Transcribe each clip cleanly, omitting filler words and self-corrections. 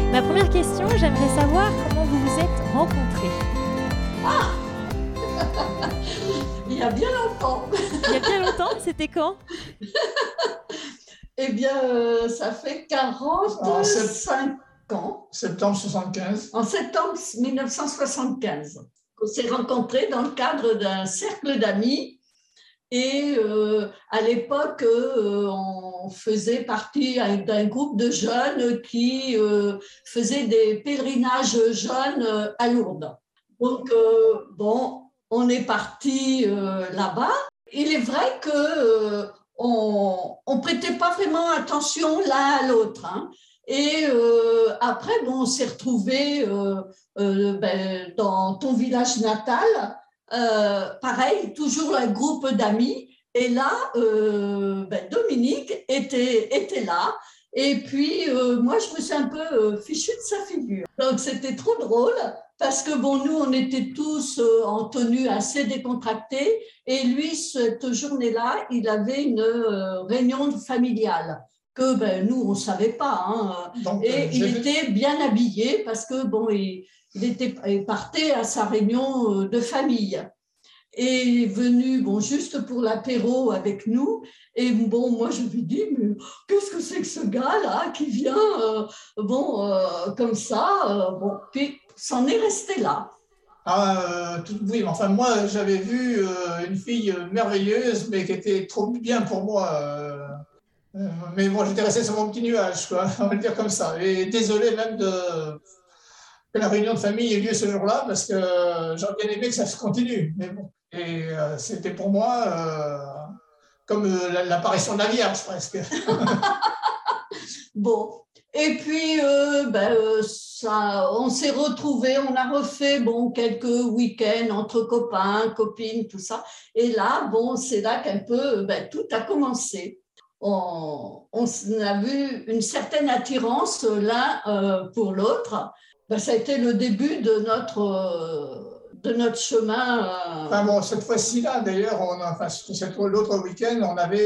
Ma première question, j'aimerais savoir comment vous vous êtes rencontrés. Ah, il y a bien longtemps. Il y a bien longtemps, c'était quand? Eh bien, ça fait 45 ans, Septembre 75. en septembre 1975. On s'est rencontrés dans le cadre d'un cercle d'amis. Et à l'époque, on faisait partie d'un groupe de jeunes qui faisaient des pèlerinages jeunes à Lourdes. Donc, bon, on est parti là-bas. Il est vrai que on prêtait pas vraiment attention l'un à l'autre, hein. Et après, bon, on s'est retrouvés dans ton village natal. Pareil, toujours un groupe d'amis. Et là, Dominique était là. Et puis, moi, je me suis un peu fichue de sa figure. Donc, c'était trop drôle parce que, bon, nous, on était tous en tenue assez décontractée. Et lui, cette journée-là, il avait une réunion familiale que nous, on ne savait pas, hein. Donc, Et il était bien habillé parce que, bon, il partait à sa réunion de famille. Et il est venu, bon, juste pour l'apéro avec nous. Et bon, moi, je lui dis, mais qu'est-ce que c'est que ce gars-là qui vient, comme ça, bon, puis s'en est resté là. Oui, mais enfin, moi, j'avais vu une fille merveilleuse, mais qui était trop bien pour moi. Mais bon, j'étais resté sur mon petit nuage, quoi, on va le dire comme ça. Et désolé même que la réunion de famille ait lieu ce jour-là, parce que j'aurais bien aimé que ça se continue. Mais bon, et c'était pour moi comme l'apparition de la Vierge, presque. Bon, et puis on s'est retrouvés, on a refait bon quelques week-ends entre copains, copines, tout ça. Et là, bon, c'est là qu'un peu tout a commencé. On a vu une certaine attirance l'un pour l'autre. Ça a été le début de notre chemin. Enfin bon, cette fois-ci là, d'ailleurs, l'autre week-end,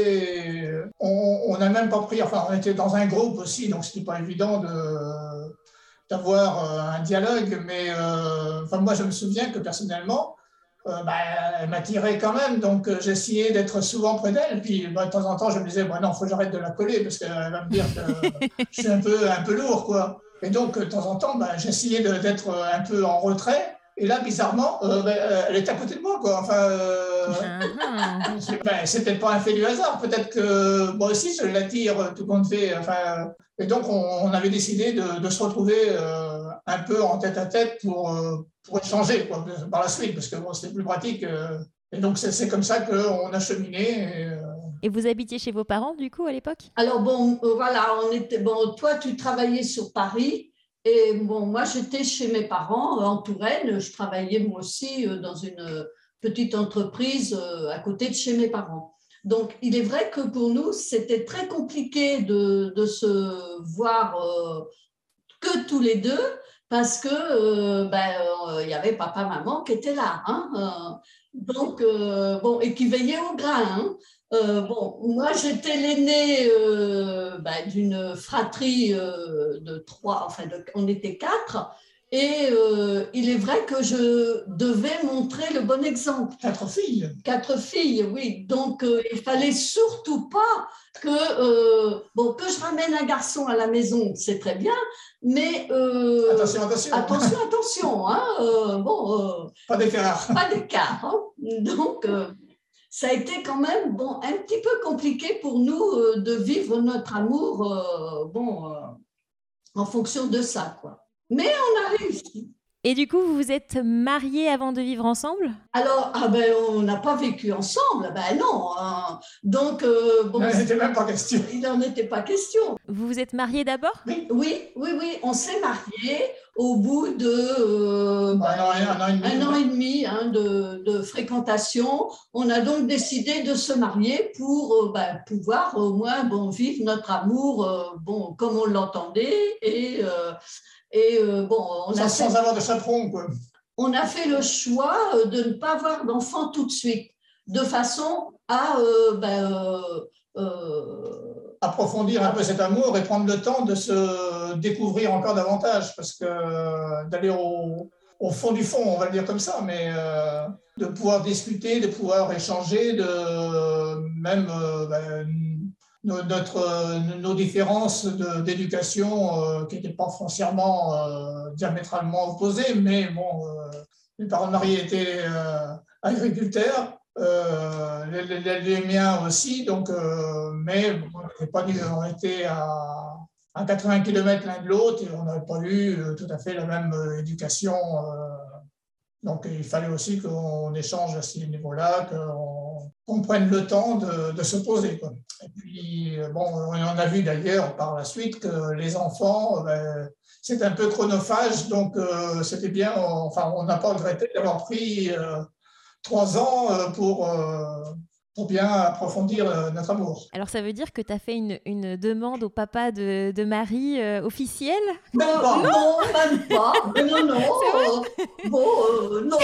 on n'a même pas pris, enfin, on était dans un groupe aussi, donc c'était pas évident d'avoir un dialogue, mais enfin, moi, je me souviens que personnellement, elle m'attirait quand même, donc j'essayais d'être souvent près d'elle, puis de temps en temps, je me disais, non, il faut que j'arrête de la coller, parce qu'elle va me dire que je suis un peu lourd, quoi. Et donc, de temps en temps, j'essayais d'être un peu en retrait. Et là, bizarrement, elle est à côté de moi, quoi. Enfin, c'est peut-être pas un fait du hasard. Peut-être que moi aussi, je l'attire, tout compte fait. Enfin, et donc, on avait décidé de se retrouver un peu en tête-à-tête pour échanger, quoi, par la suite, parce que bon, c'était plus pratique. Et donc, c'est comme ça qu'on a cheminé. Et vous habitiez chez vos parents, du coup, à l'époque? Alors, bon, voilà, toi, tu travaillais sur Paris. Et bon, moi, j'étais chez mes parents en Touraine. Je travaillais moi aussi dans une petite entreprise à côté de chez mes parents. Donc, il est vrai que pour nous, c'était très compliqué de se voir que tous les deux parce que il y avait papa, maman qui étaient là, hein. Donc, bon, et qui veillaient au grain, hein. Bon, moi, j'étais l'aînée d'une fratrie de trois, on était quatre, et il est vrai que je devais montrer le bon exemple. 4 filles. 4 filles, oui. Donc, il fallait surtout pas que je ramène un garçon à la maison, c'est très bien, mais attention, hein, pas d'écart. Pas d'écart, hein. Donc, ça a été quand même un petit peu compliqué pour nous de vivre notre amour en fonction de ça, quoi. Mais on a réussi. Et du coup, vous vous êtes mariés avant de vivre ensemble? Alors, on n'a pas vécu ensemble, non, hein. Donc, il n'en était même pas question. Il n'en était pas question. Vous vous êtes mariés d'abord? Oui, on s'est mariés au bout de un an et demi hein, de fréquentation. On a donc décidé de se marier pour pouvoir au moins vivre notre amour comme on l'entendait sans avoir de chaperon, quoi. On a fait le choix de ne pas avoir d'enfant tout de suite, de façon à approfondir un peu cet amour et prendre le temps de se découvrir encore davantage, parce que d'aller au fond du fond, on va le dire comme ça, mais de pouvoir discuter, de pouvoir échanger, de même nos différences d'éducation qui n'étaient pas foncièrement diamétralement opposées, mais bon, mes parents mariés étaient agriculteurs, les miens aussi, donc, mais on était à 80 km l'un de l'autre et on n'avait pas eu tout à fait la même éducation. Donc, il fallait aussi qu'on échange à ce niveau-là, qu'on prenne le temps de se poser, quoi. Et puis, bon, on a vu d'ailleurs par la suite que les enfants, c'est un peu chronophage, donc c'était bien, enfin, on n'a pas regretté d'avoir pris 3 ans pour bien approfondir notre amour. Alors, ça veut dire que tu as fait une demande au papa de Marie officielle? Non, même pas. Non. Non.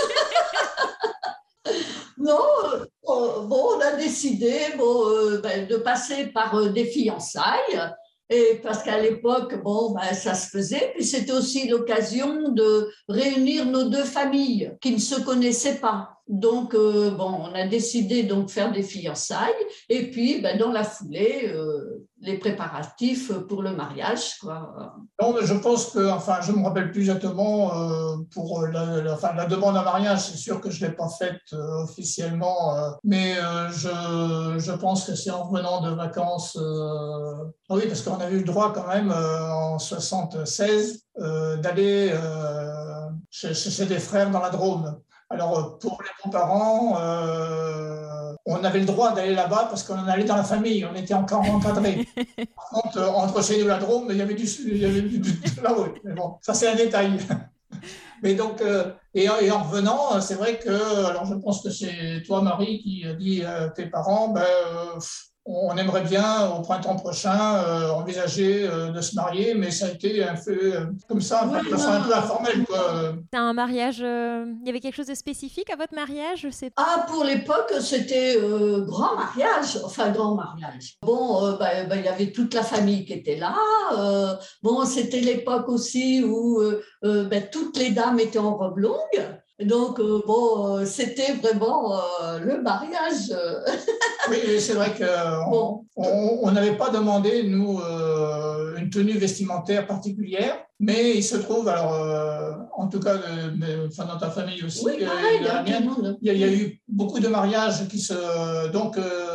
Non, on a décidé de passer par des fiançailles. Et parce qu'à l'époque, ça se faisait. Puis c'était aussi l'occasion de réunir nos 2 familles qui ne se connaissaient pas. Donc, on a décidé de faire des fiançailles. Et puis, dans la foulée, les préparatifs pour le mariage, quoi. Non, mais je pense que, enfin, je ne me rappelle plus exactement pour la demande en mariage, c'est sûr que je ne l'ai pas faite officiellement, mais je pense que c'est en revenant de vacances. Oui, parce qu'on avait eu le droit quand même en 76 d'aller chez des frères dans la Drôme. Alors, pour les grands-parents, on avait le droit d'aller là-bas parce qu'on en allait dans la famille, on était encore encadrés. Par contre, entre chez nous et la Drôme, il y avait du là-haut. Mais bon, ça c'est un détail. Mais donc, et en revenant, c'est vrai que, alors je pense que c'est toi, Marie, qui a dit à tes parents, on aimerait bien au printemps prochain envisager de se marier, mais ça a été un peu comme ça, de façon un peu informelle, quoi. C'est un mariage, il y avait quelque chose de spécifique à votre mariage, je sais pas. Ah, pour l'époque, c'était grand mariage, enfin grand mariage. Bon, il y avait toute la famille qui était là. C'était l'époque aussi où toutes les dames étaient en robe longue. Donc, c'était vraiment le mariage. Oui, c'est vrai qu'on n'avait pas demandé, nous, une tenue vestimentaire particulière, mais il se trouve, alors, en tout cas, dans ta famille aussi, oui, pareil, il y a eu beaucoup de mariages qui donc,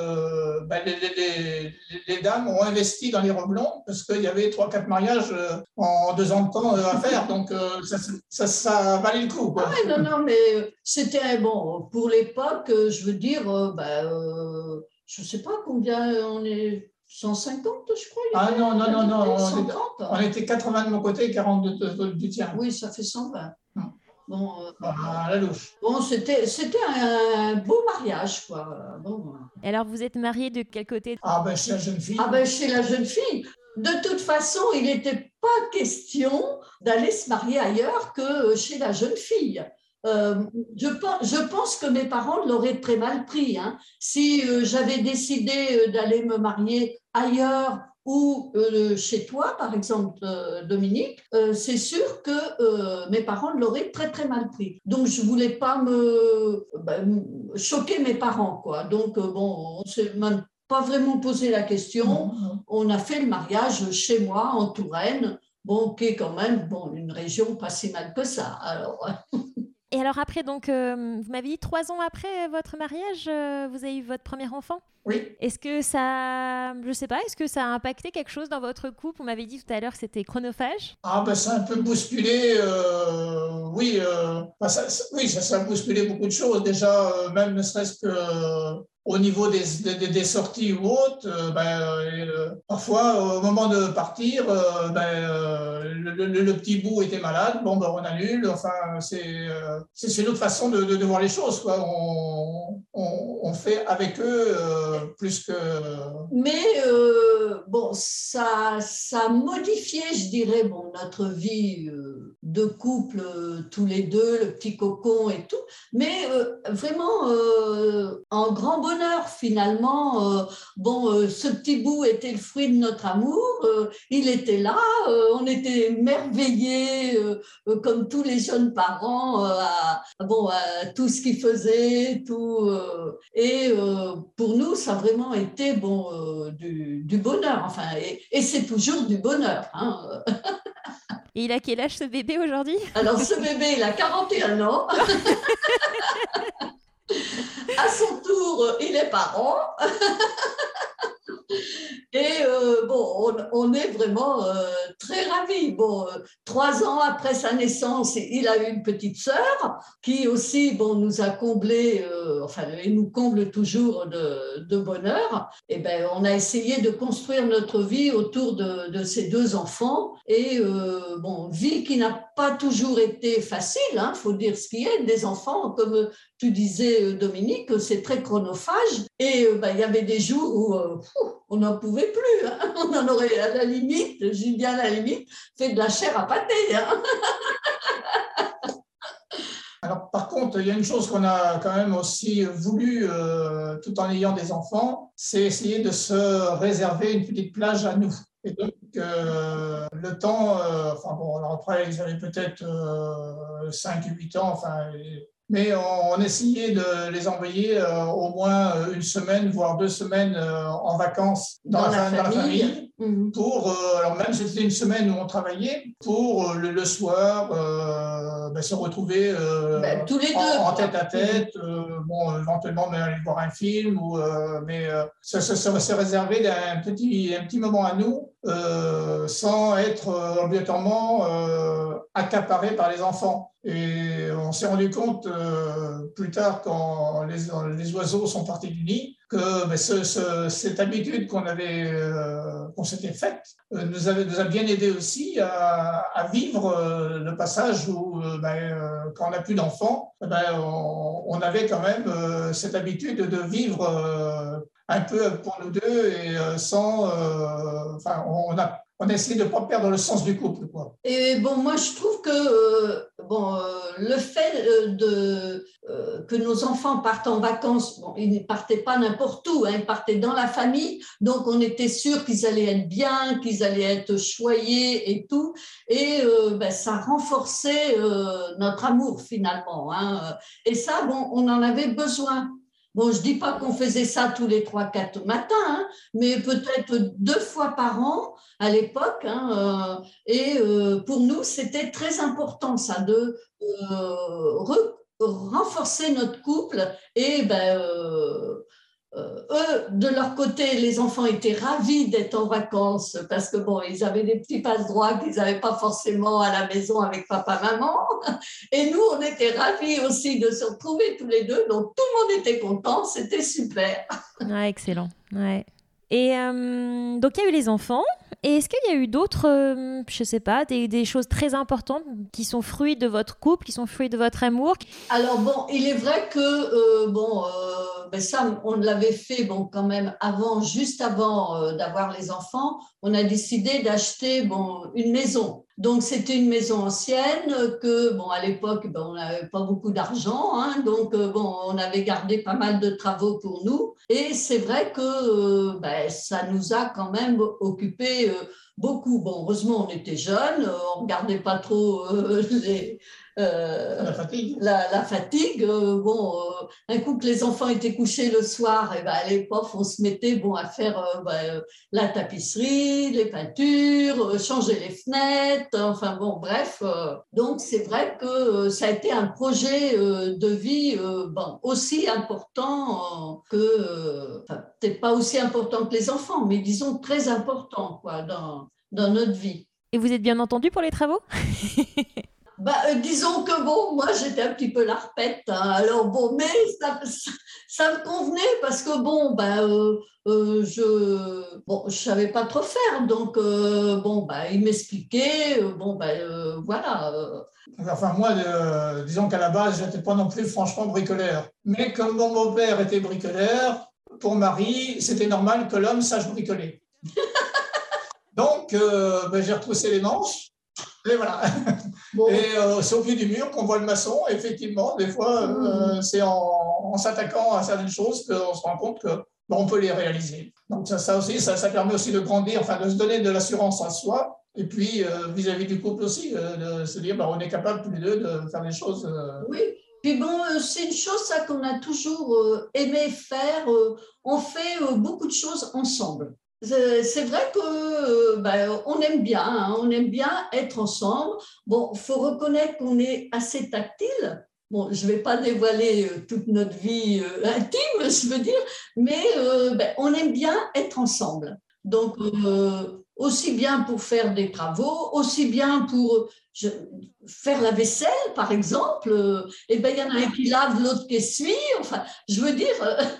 les dames ont investi dans les robes longues parce qu'il y avait 3-4 mariages en 2 ans de temps à faire, donc ça valait le coup, quoi. Ah, non, mais c'était pour l'époque, je veux dire, je ne sais pas combien on est, 150, je crois. Ah non, 130. On était 80 de mon côté et 40 du tien. Oui, ça fait 120. À la louche. C'était un beau mariage, quoi. Et alors, vous êtes mariés de quel côté? Chez la jeune fille. Chez la jeune fille. De toute façon, il n'était pas question d'aller se marier ailleurs que chez la jeune fille. Je pense que mes parents l'auraient très mal pris. Hein. Si j'avais décidé d'aller me marier ailleurs ou chez toi, par exemple, Dominique, c'est sûr que mes parents l'auraient très, très mal pris. Donc, je ne voulais pas choquer mes parents, quoi. Donc, on ne s'est même pas vraiment posé la question. On a fait le mariage chez moi, en Touraine, qui est quand même une région pas si mal que ça. Alors... Et alors après, donc, vous m'avez dit 3 ans après votre mariage, vous avez eu votre premier enfant? Oui. Est-ce que ça, je sais pas, est-ce que ça a impacté quelque chose dans votre couple? Vous m'avez dit tout à l'heure que c'était chronophage. Ça a un peu bousculé, oui. Ça a bousculé beaucoup de choses. Déjà, même ne serait-ce que au niveau des sorties ou autres, parfois, au moment de partir, le petit bout était malade, bon, ben, on annule. Enfin, c'est une autre façon de voir les choses, quoi. On fait avec eux plus que... Mais bon, ça a modifié, je dirais, bon, notre vie de couple, tous les deux, le petit cocon et tout. Mais vraiment, en grand bonheur, finalement. Bon, ce petit bout était le fruit de notre amour. Il était là. On était émerveillés, comme tous les jeunes parents, à tout ce qu'il faisait, tout. Et pour nous, ça a vraiment été bon, du bonheur. Enfin, et c'est toujours du bonheur. Hein. Et il a quel âge ce bébé aujourd'hui ? Alors, ce bébé, il a 41 ans. À son tour, il est parent. Et bon, on est vraiment très ravis. Bon, 3 ans après sa naissance, il a eu une petite sœur qui aussi, bon, nous a comblé, enfin, et nous comble toujours de bonheur. Et ben, on a essayé de construire notre vie autour de ces 2 enfants. Et bon, vie qui n'a pas toujours été facile, hein, faut dire ce qu'il y a. Des enfants, comme tu disais, Dominique, c'est très chronophage. Et ben, il y avait des jours où on n'en pouvait plus. Hein. On en aurait à la limite, Julien à la limite, fait de la chair à pâté. Hein. Alors, par contre, il y a une chose qu'on a quand même aussi voulu, tout en ayant des enfants, c'est essayer de se réserver une petite plage à nous. Et donc, le temps, enfin bon, alors après, ils avaient peut-être 5-8 ans, enfin, mais on essayait de les envoyer au moins une semaine, voire 2 semaines en vacances dans la famille. Pour, alors même si c'était une semaine où on travaillait, pour le soir se retrouver tous les deux, en tête à tête, bon, éventuellement même aller voir un film, mais se réserver un petit moment à nous sans être obligatoirement accaparé par les enfants. Et on s'est rendu compte plus tard, quand les oiseaux sont partis du nid, que cette habitude qu'on s'était faite nous a bien aidé aussi à vivre le passage où, quand on n'a plus d'enfants, on avait quand même cette habitude de vivre un peu pour nous deux et sans... Enfin, on a essayé de ne pas perdre le sens du couple, quoi. Et bon, moi, je trouve que le fait que nos enfants partent en vacances, bon, ils ne partaient pas n'importe où, hein, ils partaient dans la famille, donc on était sûr qu'ils allaient être bien, qu'ils allaient être choyés et tout, et ça renforçait notre amour finalement. Hein. Et ça, bon, on en avait besoin. Bon, je ne dis pas qu'on faisait ça tous les 3-4 matins, hein, mais peut-être 2 fois par an à l'époque. Hein, et pour nous, c'était très important, ça, de renforcer notre couple. Et eux, de leur côté, les enfants étaient ravis d'être en vacances parce que bon, ils avaient des petits passe-droits qu'ils n'avaient pas forcément à la maison avec papa, maman. Et nous, on était ravis aussi de se retrouver tous les deux. Donc, tout le monde était content. C'était super. Ouais, excellent. Ouais. Et donc, il y a eu les enfants. Et est-ce qu'il y a eu d'autres, je ne sais pas, des choses très importantes qui sont fruits de votre couple, qui sont fruits de votre amour ? Alors, bon, il est vrai que, ça, on l'avait fait, bon, quand même, juste avant d'avoir les enfants, on a décidé d'acheter, bon, une maison. Donc, c'était une maison ancienne que, bon, à l'époque, on n'avait pas beaucoup d'argent, hein, donc, on avait gardé pas mal de travaux pour nous. Et c'est vrai que ça nous a quand même occupé beaucoup. Bon, heureusement, on était jeunes, on ne regardait pas trop la fatigue. La fatigue. Un coup que les enfants étaient couchés le soir, et allez, pof, on se mettait à faire la tapisserie, les peintures, changer les fenêtres, enfin bon, bref. Donc, c'est vrai que ça a été un projet de vie aussi important que, peut-être pas aussi important que les enfants, mais disons très important quoi, dans notre vie. Et vous êtes bien entendu pour les travaux ? Disons que bon, moi j'étais un petit peu la repette, hein. Alors bon, mais ça me convenait parce que je savais pas trop faire, donc il m'expliquait, voilà. Enfin, moi, disons qu'à la base, je n'étais pas non plus franchement bricoleur. Mais comme mon beau-père était bricoleur, pour Marie, c'était normal que l'homme sache bricoler. Donc, j'ai retroussé les manches, et voilà. Bon. Et c'est au pied du mur qu'on voit le maçon. Effectivement, des fois, c'est en s'attaquant à certaines choses qu'on se rend compte qu'on peut les réaliser. Donc ça aussi, ça permet aussi de grandir, enfin de se donner de l'assurance à soi. Et puis, vis-à-vis du couple aussi, de se dire on est capable tous les deux de faire des choses. Oui. Puis bon, c'est une chose ça qu'on a toujours aimé faire. On fait beaucoup de choses ensemble. C'est vrai que on aime bien, hein, on aime bien être ensemble. Bon, il faut reconnaître qu'on est assez tactile. Bon, je ne vais pas dévoiler toute notre vie intime, je veux dire, mais on aime bien être ensemble. Donc, aussi bien pour faire des travaux, aussi bien pour faire la vaisselle, par exemple. Il y en a un qui lave, l'autre qui essuie. Enfin, je veux dire...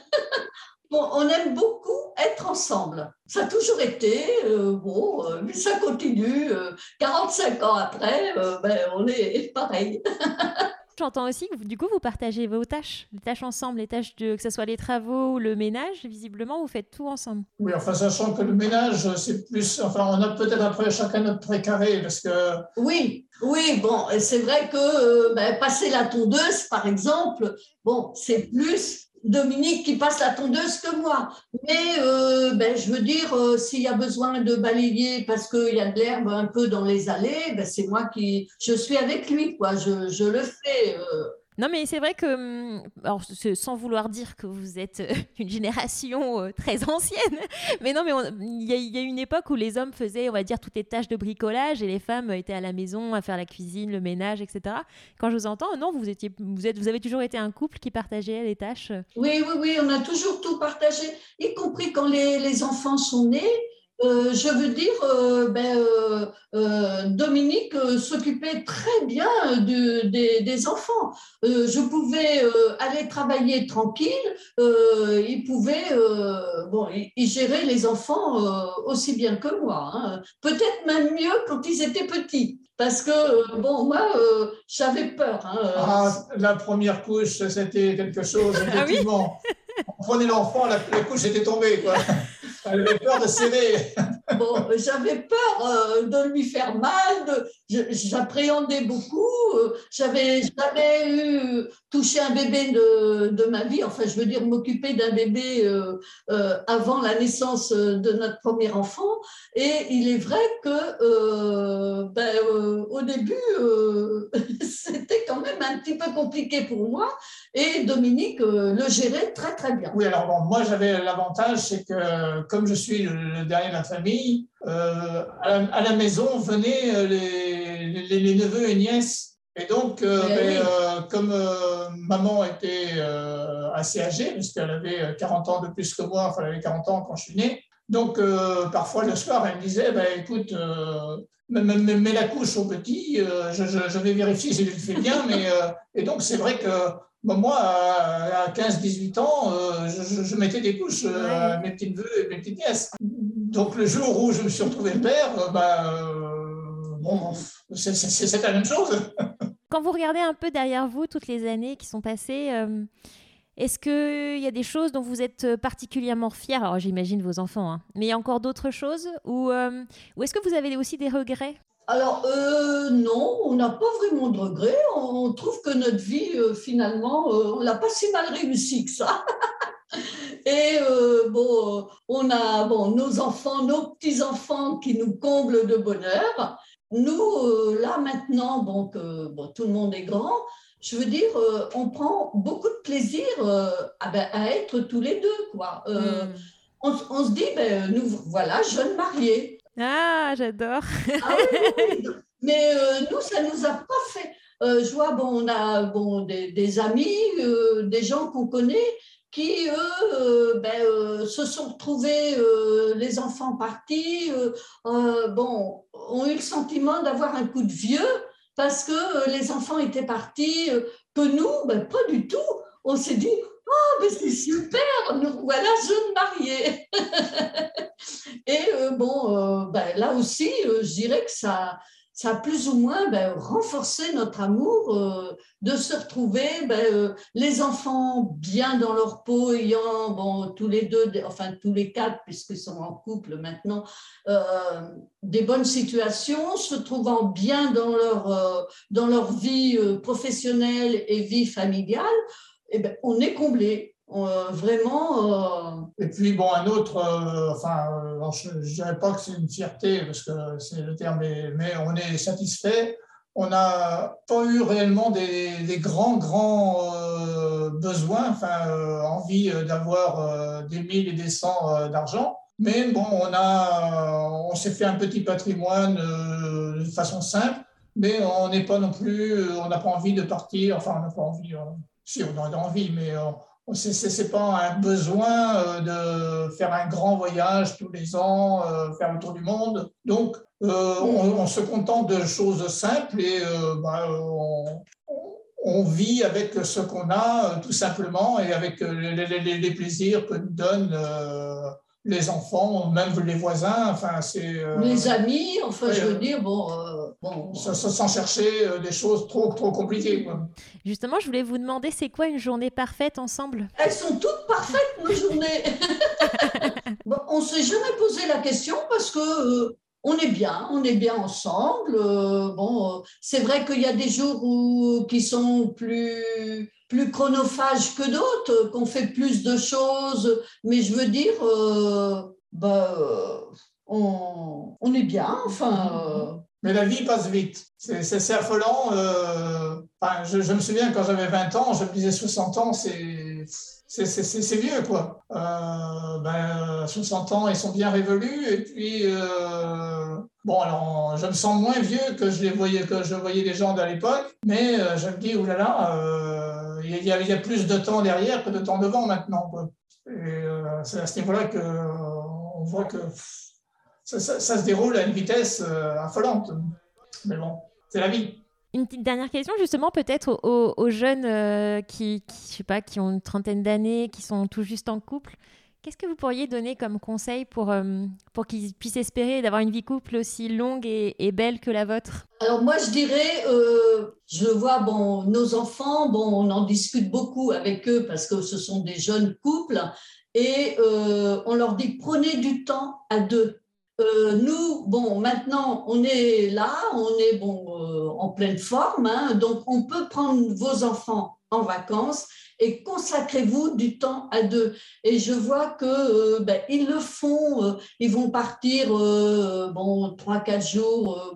Bon, on aime beaucoup être ensemble. Ça a toujours été, mais ça continue. 45 ans après, on est pareil. J'entends aussi que du coup, vous partagez vos tâches, les tâches ensemble, que ce soit les travaux ou le ménage, visiblement, vous faites tout ensemble. Oui, enfin, sachant que le ménage, c'est plus... Enfin, on a peut-être après chacun notre précaré, parce que... Oui, bon, c'est vrai que passer la tondeuse, par exemple, bon, c'est plus Dominique qui passe la tondeuse que moi. Mais je veux dire, s'il y a besoin de balayer parce qu'il y a de l'herbe un peu dans les allées, c'est moi je suis avec lui, quoi. Je le fais. Non, mais c'est vrai que, alors, sans vouloir dire que vous êtes une génération très ancienne, mais non, mais il y a une époque où les hommes faisaient, on va dire, toutes les tâches de bricolage et les femmes étaient à la maison à faire la cuisine, le ménage, etc. Quand je vous entends, non, vous avez toujours été un couple qui partageait les tâches. Oui, on a toujours tout partagé, y compris quand les enfants sont nés. Je veux dire, Dominique s'occupait très bien des enfants. Je pouvais aller travailler tranquille. Il pouvait, il gérait les enfants aussi bien que moi, hein. Peut-être même mieux quand ils étaient petits. Parce que, moi, j'avais peur, hein. La première couche, c'était quelque chose, effectivement. Ah oui. On prenait l'enfant, la couche était tombée, quoi. Elle avait peur de céder. Bon, j'avais peur de lui faire mal, j'appréhendais beaucoup. J'avais jamais touché un bébé de ma vie. Enfin, je veux dire, m'occuper d'un bébé avant la naissance de notre premier enfant. Et il est vrai que au début, c'était quand même un petit peu compliqué pour moi. Et Dominique le gérait très, très bien. Oui, alors bon, moi j'avais l'avantage, c'est que comme je suis le dernier de la famille, à la maison venaient les neveux et nièces. Et donc, comme maman était assez âgée, puisqu'elle avait 40 ans de plus que moi, enfin elle avait 40 ans quand je suis né, donc parfois le soir, elle me disait, écoute, mets la couche au petit, je vais vérifier si je le fais bien, et donc c'est vrai que moi, à 15-18 ans, je mettais des couches à mes petits neveux et mes petites nièces. Donc, le jour où je me suis retrouvé père, c'est la même chose. Quand vous regardez un peu derrière vous toutes les années qui sont passées, est-ce qu'il y a des choses dont vous êtes particulièrement fiers? Alors, j'imagine vos enfants, hein. Mais il y a encore d'autres choses? Ou est-ce que vous avez aussi des regrets? Alors, non, on n'a pas vraiment de regrets. On trouve que notre vie, finalement, on l'a pas si mal réussi que ça. Et on a nos enfants, nos petits-enfants qui nous comblent de bonheur. Nous, là, maintenant, tout le monde est grand. Je veux dire, on prend beaucoup de plaisir à être tous les deux, quoi. On se dit, nous voilà, jeunes mariés. Ah, j'adore. Ah oui. Mais nous, ça ne nous a pas fait. Je vois, on a des amis, des gens qu'on connaît qui, eux, se sont retrouvés, les enfants partis, ont eu le sentiment d'avoir un coup de vieux. parce que les enfants étaient partis, que nous, ben, pas du tout. On s'est dit, oh, mais c'est super, nous voilà jeunes mariés. Et ben, là aussi, je dirais que ça a plus ou moins renforcé notre amour de se retrouver, les enfants bien dans leur peau, ayant tous les deux, enfin tous les quatre, puisqu'ils sont en couple maintenant, des bonnes situations, se trouvant bien dans leur vie professionnelle et vie familiale, et ben, on est comblé. Vraiment. Et puis, bon, un autre, je ne dirais pas que c'est une fierté, parce que c'est le terme, mais on est satisfait. On n'a pas eu réellement des grands besoins, envie d'avoir des 1000 et des 100 d'argent. Mais bon, on s'est fait un petit patrimoine de façon simple, mais on n'est pas non plus, on n'a pas envie de partir, enfin, on n'a pas envie, si on a envie, mais c'est pas un besoin de faire un grand voyage tous les ans, faire le tour du monde. Donc, on se contente de choses simples et on vit avec ce qu'on a tout simplement et avec les plaisirs que nous donnent les enfants, même les voisins. Les amis, enfin, je veux dire, sans chercher des choses trop compliquées, quoi. Justement, je voulais vous demander, c'est quoi une journée parfaite ensemble ? Elles sont toutes parfaites, nos journées. On ne s'est jamais posé la question parce que on est bien ensemble. C'est vrai qu'il y a des jours qui sont plus chronophages que d'autres, qu'on fait plus de choses, mais je veux dire, on est bien, enfin. Mais la vie passe vite. C'est affolant. Je me souviens quand j'avais 20 ans, je me disais 60 ans, c'est vieux, quoi. 60 ans, ils sont bien révolus. Et puis, alors, je me sens moins vieux que je voyais les gens de l'époque. Mais je me dis, oulala, il y a plus de temps derrière que de temps devant maintenant, quoi. Et c'est à ce niveau-là qu'on voit que ça se déroule à une vitesse affolante. Mais bon, c'est la vie. Une petite dernière question, justement, peut-être aux jeunes qui ont une trentaine d'années, qui sont tout juste en couple. Qu'est-ce que vous pourriez donner comme conseil pour qu'ils puissent espérer d'avoir une vie couple aussi longue et belle que la vôtre ? Alors moi, je dirais, je vois nos enfants, on en discute beaucoup avec eux parce que ce sont des jeunes couples et on leur dit prenez du temps à deux. Nous, maintenant, on est là, on est en pleine forme, hein, donc on peut prendre vos enfants en vacances et consacrez-vous du temps à deux. Et je vois que ils le font, ils vont partir 3-4 jours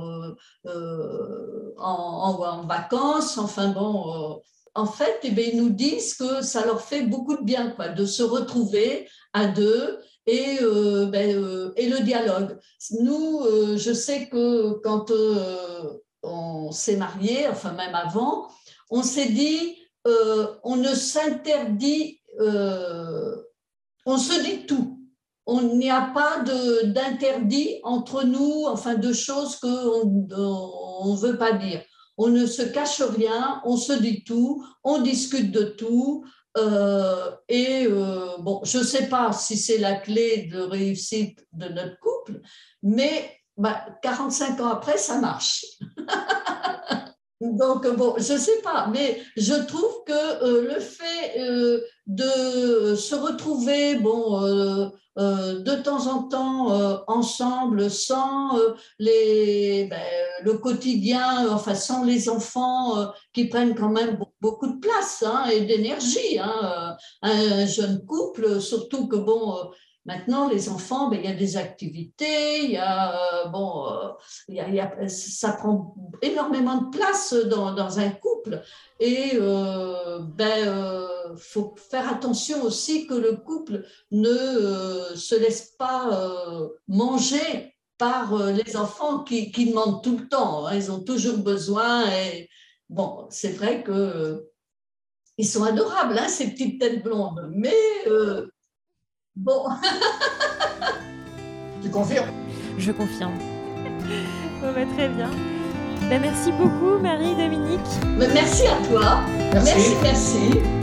en vacances, en fait, ils nous disent que ça leur fait beaucoup de bien, quoi, de se retrouver à deux et le dialogue. Nous, je sais que quand on s'est mariés, enfin même avant, on s'est dit, on ne s'interdit, on se dit tout. On n'y a pas d'interdit entre nous, enfin de choses qu'on ne veut pas dire. On ne se cache rien, on se dit tout, on discute de tout. Je ne sais pas si c'est la clé de réussite de notre couple, mais 45 ans après, ça marche. Donc, je ne sais pas, mais je trouve que le fait de se retrouver de temps en temps ensemble, sans le quotidien, sans les enfants qui prennent quand même beaucoup de place et d'énergie. Un jeune couple, surtout que maintenant, les enfants, il y a des activités, il y a, ça prend énormément de place dans un couple. Et faut faire attention aussi que le couple ne se laisse pas manger par les enfants qui demandent tout le temps. Hein, ils ont toujours besoin. Et c'est vrai que ils sont adorables, hein, ces petites têtes blondes. Mais bon. Tu confirmes ? Je confirme. Très bien. Ben, merci beaucoup, Marie-Dominique. Merci à toi. Merci. Merci.